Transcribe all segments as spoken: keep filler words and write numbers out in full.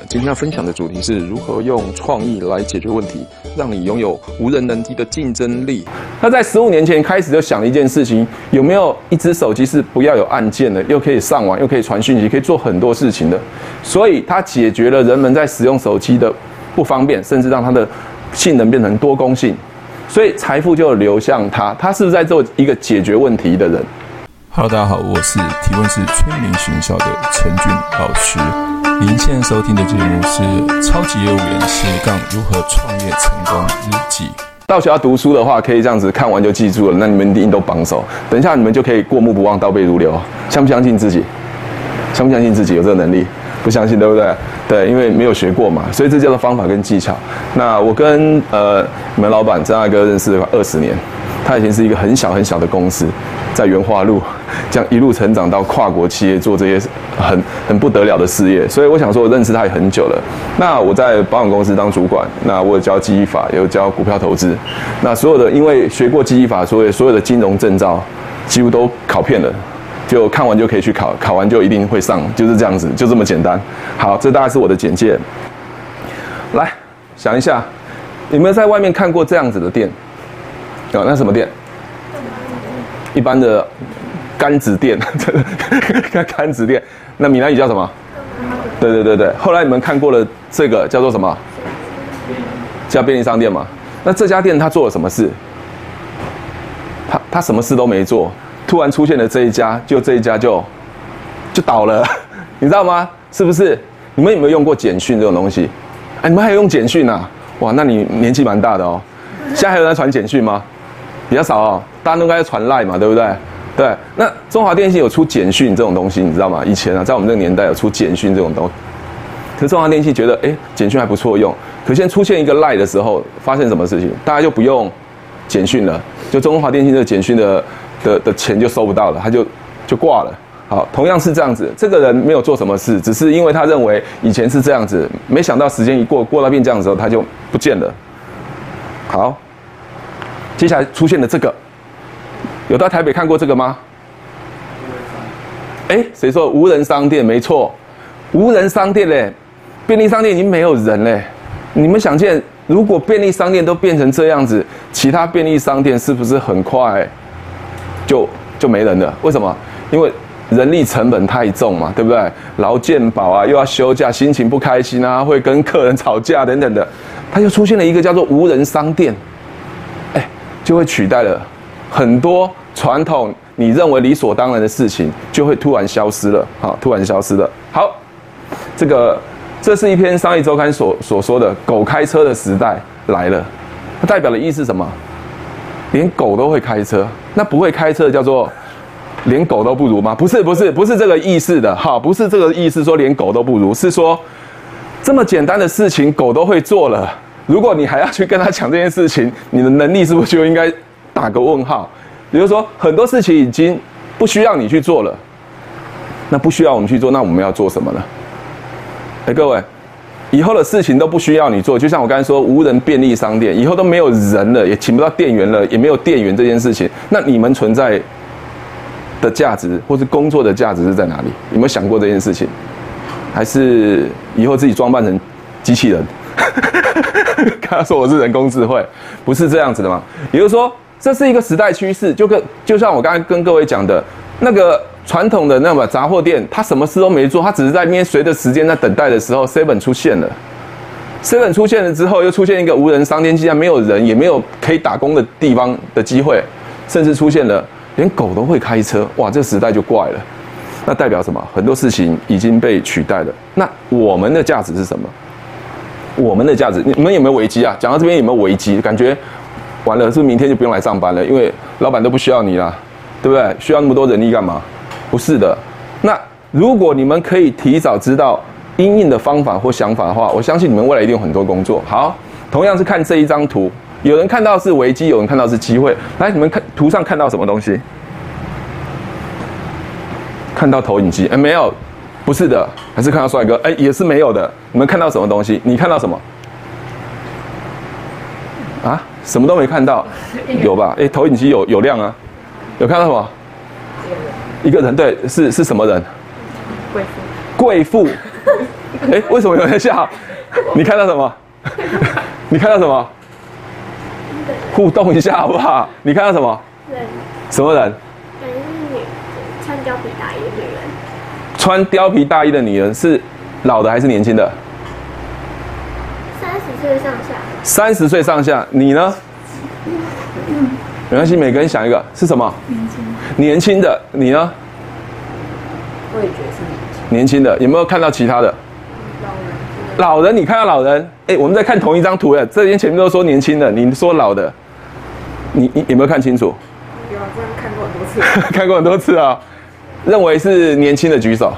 今天要分享的主题是如何用创意来解决问题，让你拥有无人能敌的竞争力。他在十五年前开始就想了一件事情：有没有一只手机是不要有按键的，又可以上网，又可以传讯息，可以做很多事情的？所以他解决了人们在使用手机的不方便，甚至让它的性能变成多功性。所以财富就流向他。他是不是在做一个解决问题的人？ Hello， 大家好，我是提问式催眠学校的陈俊老师。您现在收听的节目是《超级业务员斜杠如何创业成功日记》。 到学校读书的话，可以这样子看完就记住了，那你们一定都榜首。等一下你们就可以过目不忘，倒背如流。相不相信自己？相不相信自己有这个能力？不相信，对不对？对，因为没有学过嘛，所以这叫做方法跟技巧。那我跟呃你们老板张大哥认识了二十年，他以前是一个很小很小的公司，在元华路，这样一路成长到跨国企业做这些很很不得了的事业。所以我想说，我认识他也很久了。那我在保险公司当主管，那我有教记忆法，也有教股票投资。那所有的因为学过记忆法，所以所有的金融证照几乎都考遍了。 就看完就可以去考，考完就一定会上，就是这样子，就这么简单。好，这大概是我的简介。来想一下，有没有在外面看过这样子的店？哦，那什么店？一般的柑子店，柑子店。那闽南语叫什么？对对对对。后来你们看过了这个叫做什么？叫便利商店嘛。那这家店他做了什么事？他他什么事都没做。 突然出现了这一家，就这一家就就倒了，你知道吗？是不是？你们有没有用过简讯这种东西？哎，你们还有用简讯啊？哇，那你年纪蛮大的哦。现在还有人在传简讯吗？比较少哦，大家都该传 LINE 嘛，对不对？对。那中华电信有出简讯这种东西，你知道吗？以前啊，在我们这个年代有出简讯这种东西。可是中华电信觉得，哎，简讯还不错用。可现在出现一个 LINE 的时候，发现什么事情？大家就不用简讯了，就中华电信这个简讯的。 的的钱就收不到了，他就就挂了。好，同样是这样子，这个人没有做什么事，只是因为他认为以前是这样子，没想到时间一过，过到变这样子之后，他就不见了。好，接下来出现了这个，有到台北看过这个吗？哎，谁说无人商店？没错，无人商店嘞，便利商店已经没有人嘞。你们想见？ 如果便利商店都变成这样子，其他便利商店是不是很快就就没人了？为什么？因为人力成本太重嘛，对不对？劳健保啊，又要休假，心情不开心啊，会跟客人吵架等等的，它就出现了一个叫做无人商店，哎，就会取代了很多传统你认为理所当然的事情，就会突然消失了，好，突然消失了。好，这个。 这是一篇商业周刊所所说的“狗开车的时代来了”，它代表的意思是什么？连狗都会开车，那不会开车叫做连狗都不如吗？不是，不是，不是这个意思的，哈，不是这个意思，说连狗都不如，是说这么简单的事情狗都会做了，如果你还要去跟他讲这件事情，你的能力是不是就应该打个问号？比如说很多事情已经不需要你去做了，那不需要我们去做，那我们要做什么呢？ 哎，各位，以后的事情都不需要你做，就像我刚才说，无人便利商店，以后都没有人了，也请不到店员了，也没有店员这件事情，那你们存在的价值或是工作的价值是在哪里？有没有想过这件事情？还是以后自己装扮成机器人？跟他说我是人工智慧，不是这样子的吗？也就是说，这是一个时代趋势，就跟就像我刚才跟各位讲的那个。 传统的那么杂货店，他什么事都没做，他只是在那边随着时间在等待的时候 ，seven 出现了 ，seven 出现了之后，又出现一个无人商店，竟然没有人，也没有可以打工的地方的机会，甚至出现了连狗都会开车，哇，这个时代就怪了。那代表什么？很多事情已经被取代了。那我们的价值是什么？我们的价值，你们有没有危机啊？讲到这边有没有危机？感觉完了，是不是明天就不用来上班了？因为老板都不需要你啦，对不对？需要那么多人力干嘛？ 不是的，那如果你们可以提早知道因应的方法或想法的话，我相信你们未来一定有很多工作。好，同样是看这一张图，有人看到是危机，有人看到是机会。来，你们看图上看到什么东西？看到投影机？哎，没有，不是的，还是看到帅哥？哎，也是没有的。你们看到什么东西？你看到什么？啊，什么都没看到，有吧？哎，投影机有有亮啊，有看到什么？ 一个人，对，是是什么人？贵妇。贵妇， 哎，为什么有人笑？你看到什么？你看到什么？互动一下好不好？你看到什么？ 人。 什么人？ 感觉是女，穿貂皮大衣的女人。 穿貂皮大衣的女人是老的还是年轻的？ 三十岁上下。 三十岁上下，你呢？没关系，每个人想一个是什么？ 年轻。 年轻的，你呢？ 我也觉得是年轻。 年轻的，有没有看到其他的？ 老人。 老人，你看到老人？哎，我们在看同一张图哎，这边前面都说年轻的，你说老的，你你有没有看清楚？ 有，这样看过很多次。 看过很多次啊，认为是年轻的举手。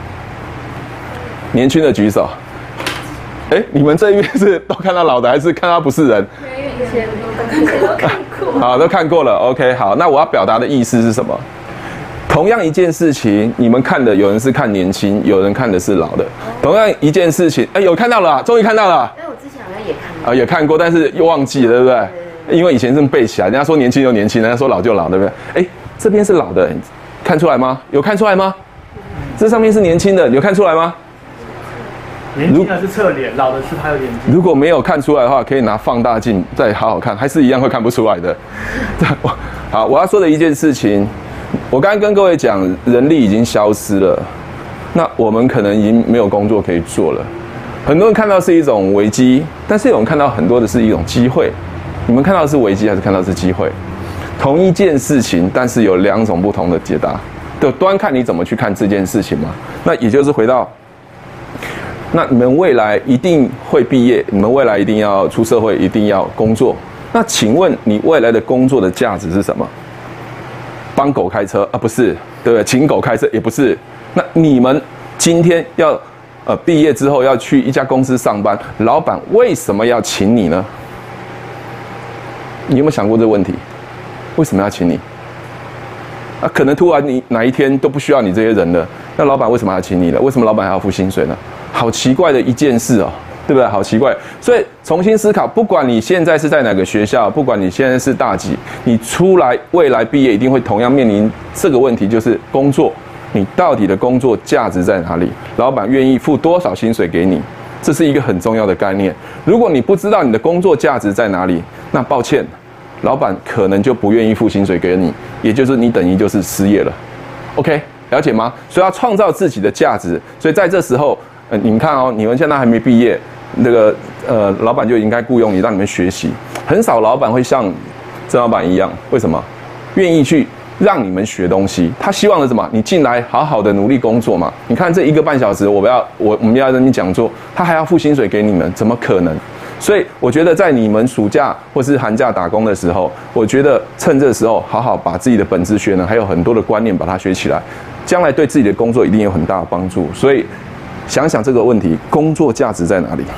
年轻的举手。哎，你们这一边是都看到老的，还是看到不是人？ 以前都看过。 好，都看过了。OK， 好，那我要表达的意思是什么？同样一件事情，你们看的有人是看年轻，有人看的是老的。同样一件事情，哎，有看到了、啊，终于看到了、啊。 因为我之前好像也看过。 啊，也看过，但是又忘记了，对不对？对对对，因为以前是背起来，人家说年轻就年轻，人家说老就老，对不对？哎，这边是老的，看出来吗？有看出来吗？这上面是年轻的，有看出来吗？ 年轻的是侧脸，老的是他有眼睛。 如果没有看出来的话，可以拿放大镜再好好看，还是一样会看不出来的。好，我要说的一件事情，我刚刚跟各位讲，人力已经消失了，那我们可能已经没有工作可以做了。很多人看到是一种危机，但是有人看到很多的是一种机会。你们看到的是危机，还是看到的是机会？同一件事情，但是有两种不同的解答，就端看你怎么去看这件事情嘛。那也就是回到。那你们未来一定会毕业，你们未来一定要出社会，一定要工作。那请问你未来的工作的价值是什么？帮狗开车啊？不是，对不对？请狗开车也不是。那你们今天要呃毕业之后要去一家公司上班，老板为什么要请你呢？你有没有想过这个问题？为什么要请你？啊，可能突然你哪一天都不需要你这些人了，那老板为什么要请你呢？为什么老板还要付薪水呢？好奇怪的一件事哦，对不对？好奇怪，所以重新思考，不管你现在是在哪个学校，不管你现在是大几，你出来未来毕业一定会同样面临这个问题，就是工作，你到底的工作价值在哪里？老板愿意付多少薪水给你？这是一个很重要的概念。如果你不知道你的工作价值在哪里，那抱歉，老板可能就不愿意付薪水给你，也就是你等于就是失业了。OK， 了解吗？所以要创造自己的价值，所以在这时候。呃，你们看哦，你们现在还没毕业，那个呃，老板就应该雇佣你，让你们学习。很少老板会像郑老板一样，为什么？愿意去让你们学东西。他希望的什么？你进来好好的努力工作嘛。你看这一个半小时，我们要我我们要跟你讲座，他还要付薪水给你们，怎么可能？所以我觉得在你们暑假或是寒假打工的时候，我觉得趁这时候好好把自己的本职学能，还有很多的观念把它学起来，将来对自己的工作一定有很大的帮助。所以。想想这个问题，工作价值在哪里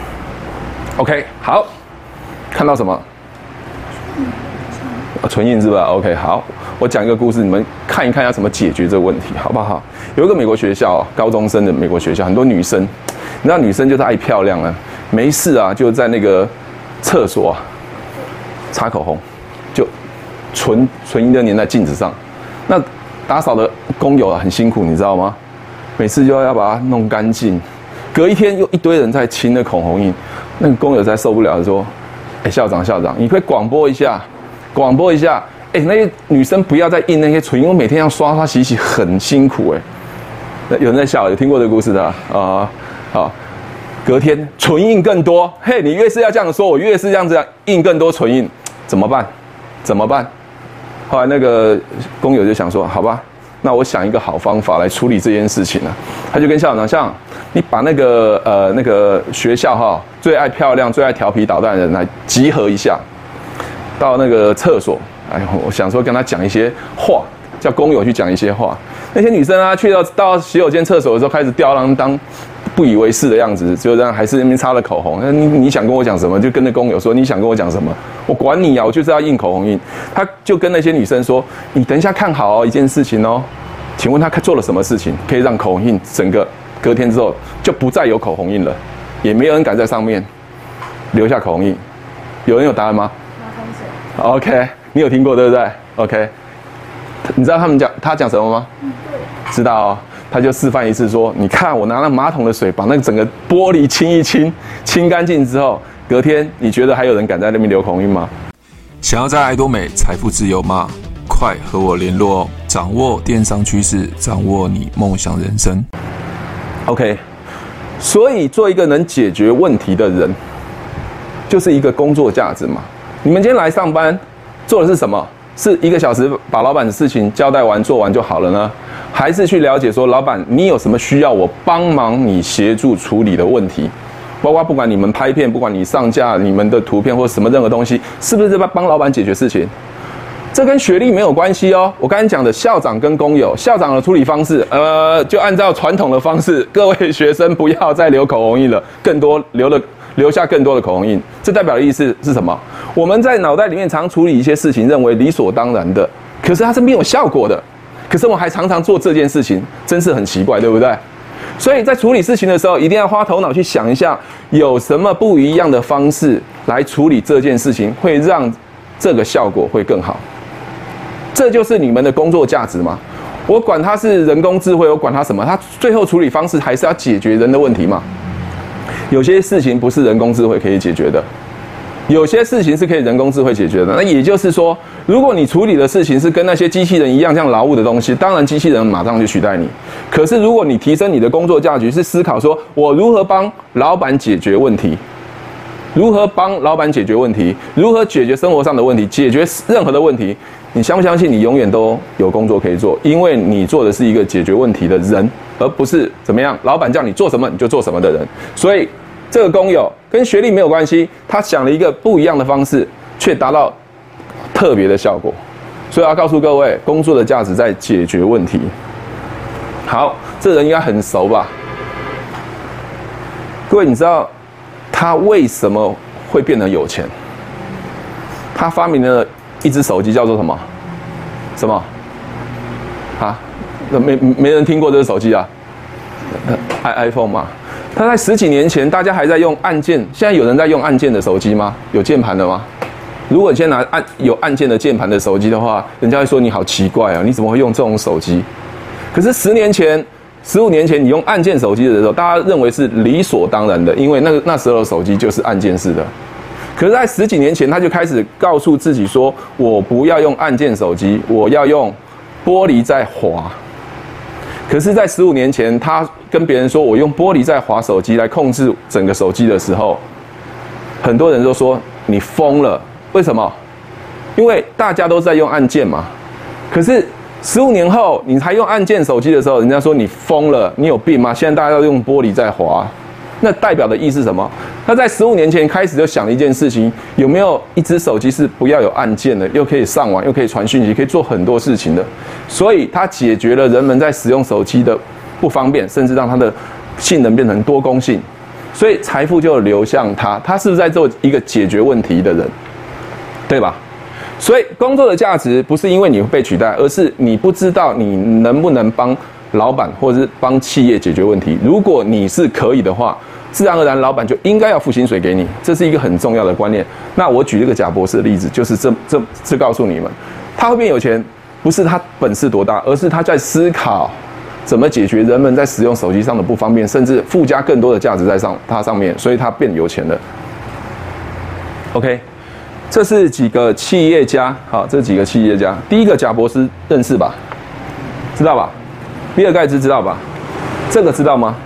？OK， 好，看到什么？啊，唇印是吧 ？OK， 好，我讲一个故事，你们看一看要怎么解决这个问题，好不好？有一个美国学校，高中生的美国学校，很多女生，你知道女生就是爱漂亮啊，没事啊，就在那个厕所啊擦口红，就唇唇印都粘在镜子上。那打扫的工友啊很辛苦，你知道吗？每次就要把它弄干净，隔一天又一堆人在清那口红印，那个工友才受不了，说：“哎，校长校长，你可以广播一下，广播一下，哎，那些女生不要再印那些唇印，我每天要刷刷洗洗，很辛苦哎。”有人在笑，有听过这个故事的啊？好、呃，隔天唇印更多，嘿，你越是要这样说，我越是这样子印更多唇印，怎么办？怎么办？后来那个工友就想说：“好吧。”那我想一个好方法来处理这件事情呢、啊，他就跟校长像你把那个呃那个学校哈最爱漂亮、最爱调皮捣蛋的人来集合一下，到那个厕所，哎，我想说跟他讲一些话，叫工友去讲一些话。那些女生啊，去到到洗手间厕所的时候，开始吊儿郎当、不以为事的样子，就这样还是那边擦了口红。那你你想跟我讲什么？就跟那工友说你想跟我讲什么？我管你啊，我就是要印口红印。他就跟那些女生说：“你等一下看好哦，一件事情哦。请问他做了什么事情，可以让口红印整个隔天之后就不再有口红印了，也没有人敢在上面留下口红印？有人有答案吗？马桶水。OK， 你有听过对不对 ？OK， 你知道他们讲他讲什么吗？嗯，对。知道哦。 他就示范一次说：“你看，我拿了马桶的水把那个整个玻璃清一清，清干净之后，隔天你觉得还有人敢在那边留口印吗？” 想要在爱多美财富自由吗？快和我联络哦！掌握电商趋势，掌握你梦想人生。 OK， 所以做一个能解决问题的人，就是一个工作价值嘛。你们今天来上班做的是什么？是一个小时把老板的事情交代完做完就好了呢？还是去了解说，老板你有什么需要我帮忙你协助处理的问题？包括不管你们拍片，不管你上架你们的图片或什么任何东西，是不是在帮老板解决事情？这跟学历没有关系哦。我刚才讲的校长跟工友，校长的处理方式，呃，就按照传统的方式，各位学生不要再留口红印了，更多留了留下更多的口红印。这代表的意思是什么？我们在脑袋里面常处理一些事情，认为理所当然的，可是它是没有效果的。可是我们还常常做这件事情，真是很奇怪，对不对？所以在处理事情的时候，一定要花头脑去想一下，有什么不一样的方式来处理这件事情，会让这个效果会更好。这就是你们的工作价值嘛？我管它是人工智慧，我管它什么，它最后处理方式还是要解决人的问题嘛。有些事情不是人工智慧可以解决的，有些事情是可以人工智慧解决的。那也就是说，如果你处理的事情是跟那些机器人一样这样劳务的东西，当然机器人马上就取代你。可是如果你提升你的工作价值，是思考说我如何帮老板解决问题，如何帮老板解决问题，如何解决生活上的问题，解决任何的问题，你相不相信你永远都有工作可以做？因为你做的是一个解决问题的人，而不是怎么样老板叫你做什么你就做什么的人。所以这个工友跟学历没有关系，他想了一个不一样的方式，却达到特别的效果。所以要告诉各位，工作的价值在解决问题。好，这人应该很熟吧？各位，你知道他为什么会变得有钱？他发明了一只手机，叫做什么？什么？啊？没没人听过这个手机啊 ？iPhone 嘛。他在十几年前，大家还在用按键，现在有人在用按键的手机吗？有键盘的吗？如果你现在拿按有按键的键盘的手机的话，人家会说你好奇怪啊，你怎么会用这种手机？可是十年前、十五年前，你用按键手机的时候，大家认为是理所当然的，因为那个那时候的手机就是按键式的。可是，在十几年前，他就开始告诉自己说：“我不要用按键手机，我要用玻璃在滑。”可是，在十五年前，他跟别人说：“我用玻璃在滑手机来控制整个手机的时候，很多人都说你疯了。为什么？因为大家都在用按键嘛。可是十五年后，你还用按键手机的时候，人家说你疯了，你有病吗？现在大家都用玻璃在滑。”那代表的意思是什么？他在十五年前开始就想了一件事情：有没有一只手机是不要有按键的，又可以上网，又可以传讯息，可以做很多事情的？所以他解决了人们在使用手机的不方便，甚至让它的性能变成多功性，所以财富就流向他。他是不是在做一个解决问题的人？对吧？所以工作的价值不是因为你会被取代，而是你不知道你能不能帮老板或者是帮企业解决问题。如果你是可以的话，自然而然老板就应该要付薪水给你，这是一个很重要的观念。那我举这个贾博士的例子，就是这这这告诉你们，他会变有钱，不是他本事多大，而是他在思考怎么解决人们在使用手机上的不方便，甚至附加更多的价值在上他上面，所以他变有钱了。OK， 这是几个企业家，好，这几个企业家，第一个贾博士认识吧？知道吧？比尔盖茨知道吧？这个知道吗？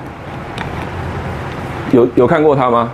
有有看过他吗？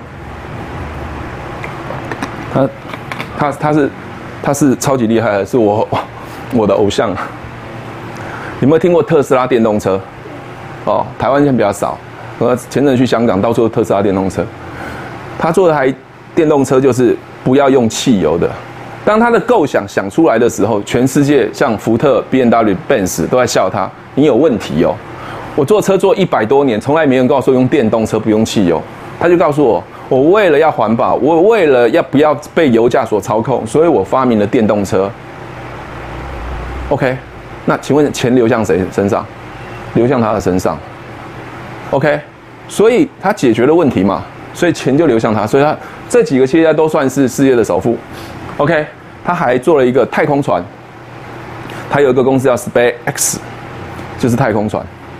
他他他是他是超级厉害的，是我我的偶像。有没有听过特斯拉电动车？哦，台湾现在比较少。我前阵去香港，到处都特斯拉电动车。他做的台电动车就是不要用汽油的。当他的构想想出来的时候，全世界像福特、B M W、Benz 都在笑他，你有问题哦。我坐车坐一百多年，从来没人告诉我用电动车不用汽油。他就告诉我，我为了要环保，我为了要不要被油价所操控，所以我发明了电动车。OK， 那请问钱流向谁身上？流向他的身上。OK， 所以他解决了问题嘛，所以钱就流向他，所以他这几个企业家都算是世界的首富。OK， 他还做了一个太空船，他有一个公司叫 SpaceX， 就是太空船。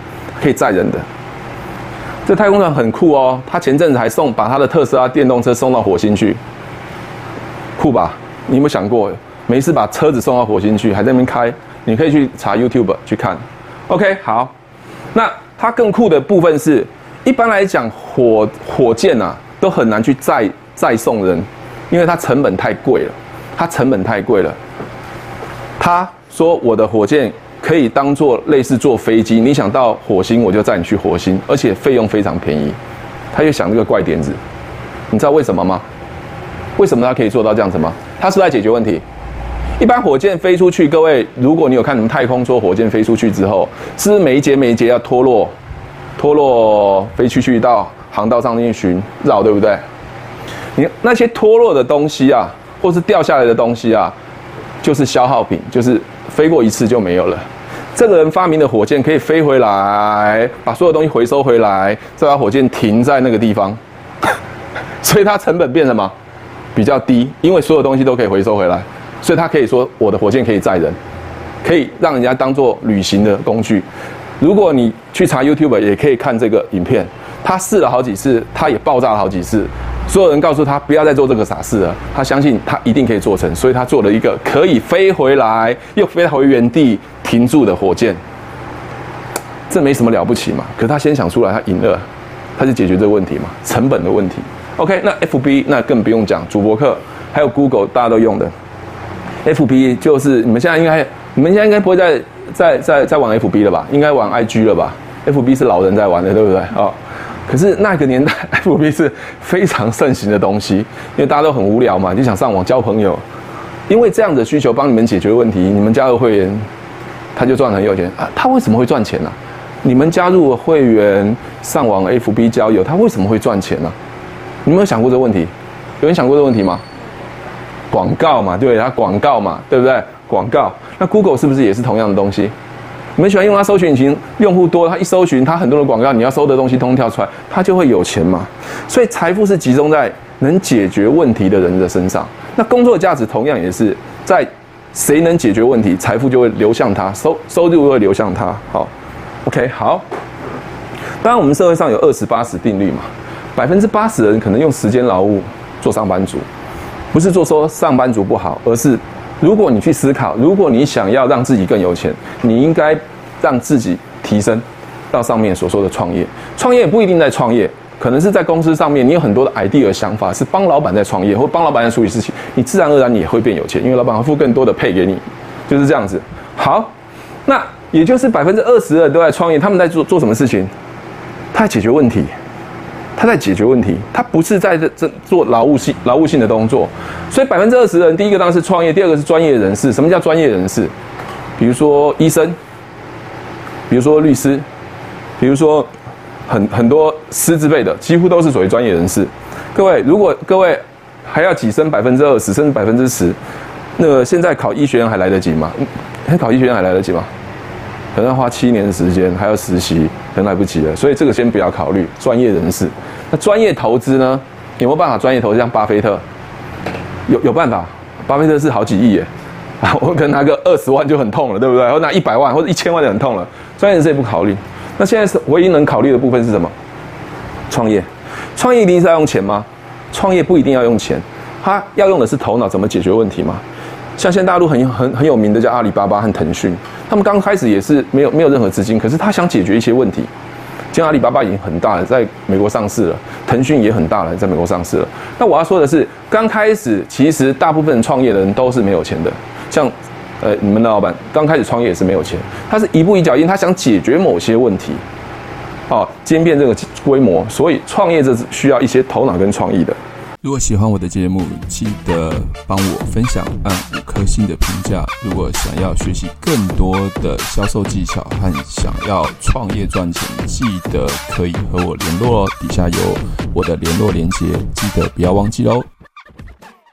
可以载人的。这太空船很酷哦，他前阵子还送把他的特斯拉电动车送到火星去，酷吧？你有没有想过，没事把车子送到火星去，还在那边开？你可以去查 YouTube 去看。OK， 好，那它更酷的部分是，一般来讲火火箭啊都很难去载载送人，因为它成本太贵了，它成本太贵了。他说我的火箭可以当做类似坐飞机，你想到火星我就载你去火星，而且费用非常便宜。他就想这个怪点子，你知道为什么吗？为什么他可以做到这样子吗？他是在解决问题。一般火箭飞出去，各位，如果你有看什么太空梭火箭飞出去之后，是不是每一节每一节要脱落，脱落飞出去到航道上面巡绕，对不对？你那些脱落的东西啊，或是掉下来的东西啊，就是消耗品，就是飞过一次就没有了。这个人发明的火箭可以飞回来，把所有东西回收回来，再把火箭停在那个地方，所以它成本变什么？比较低，因为所有东西都可以回收回来。所以他可以说，我的火箭可以载人，可以让人家当做旅行的工具。如果你去查 YouTube， 也可以看这个影片。他试了好几次，他也爆炸了好几次。所有人告诉他不要再做这个傻事了，他相信他一定可以做成，所以他做了一个可以飞回来又飞回原地停住的火箭。这没什么了不起嘛？可是他先想出来，他赢了，他就解决这个问题嘛，成本的问题。OK， 那 F B 那更不用讲，主播客还有 Google 大家都用的。F B 就是你们现在应该，你们现在应该不会再再再再玩 F B 了吧？应该玩 I G 了吧 ？F B 是老人在玩的，对不对？哦，可是那个年代 F B 是非常盛行的东西，因为大家都很无聊嘛，就想上网交朋友。因为这样的需求帮你们解决问题，你们加入会员，他就赚很有钱啊。他为什么会赚钱呢、啊？你们加入会员上网 F B 交友，他为什么会赚钱呢、啊？你们有想过这个问题？有人想过这个问题吗？广告嘛，对，它广告嘛，对不对？广告，那 Google 是不是也是同样的东西？你们喜欢用它搜寻引擎，用户多，它一搜寻，它很多的广告，你要搜的东西通通跳出来，它就会有钱嘛。所以财富是集中在能解决问题的人的身上。那工作的价值同样也是在谁能解决问题，财富就会流向他，收收入会流向他。好 ，OK， 好。当然，我们社会上有二十八十定律嘛，百分之八十的人可能用时间劳务做上班族。不是做说上班族不好，而是如果你去思考，如果你想要让自己更有钱，你应该让自己提升到上面所说的创业。创业不一定在创业，可能是在公司上面，你有很多的 idea 想法，是帮老板在创业，或帮老板在处理事情，你自然而然你也会变有钱，因为老板会付更多的配给你，就是这样子。好，那也就是百分之二十的人都在创业，他们在做做什么事情？他在解决问题。他在解决问题，他不是在这做劳务性劳务性的工作，所以百分之二十的人，第一个当然是创业，第二个是专业人士。什么叫专业人士？比如说医生，比如说律师，比如说很很多师资辈的，几乎都是属于专业人士。各位，如果各位还要跻身百分之二十，甚至百分之十，那个现在考医学院还来得及吗？考医学院还来得及吗？可能要花七年的时间，还要实习，可能来不及了。所以这个先不要考虑专业人士。那专业投资呢？有没有办法专业投资？像巴菲特，有有办法。巴菲特是好几亿耶，啊，我可能拿个二十万就很痛了，对不对？或拿一百万或者一千万就很痛了。专业人士也不考虑。那现在是唯一能考虑的部分是什么？创业。创业一定是要用钱吗？创业不一定要用钱，他要用的是头脑，怎么解决问题嘛？像现在大陆很很很有名的叫阿里巴巴和腾讯，他们刚开始也是没有没有任何资金，可是他想解决一些问题。今天阿里巴巴已经很大了，在美国上市了，腾讯也很大了，在美国上市了。那我要说的是，刚开始其实大部分创业的人都是没有钱的，像呃你们的老板刚开始创业也是没有钱，他是一步一脚印，他想解决某些问题，哦，兼变这个规模，所以创业这是需要一些头脑跟创意的。 如果喜欢我的节目，记得帮我分享，按五颗星的评价。如果想要学习更多的销售技巧和想要创业赚钱，记得可以和我联络哦。底下有我的联络连结，记得不要忘记哦。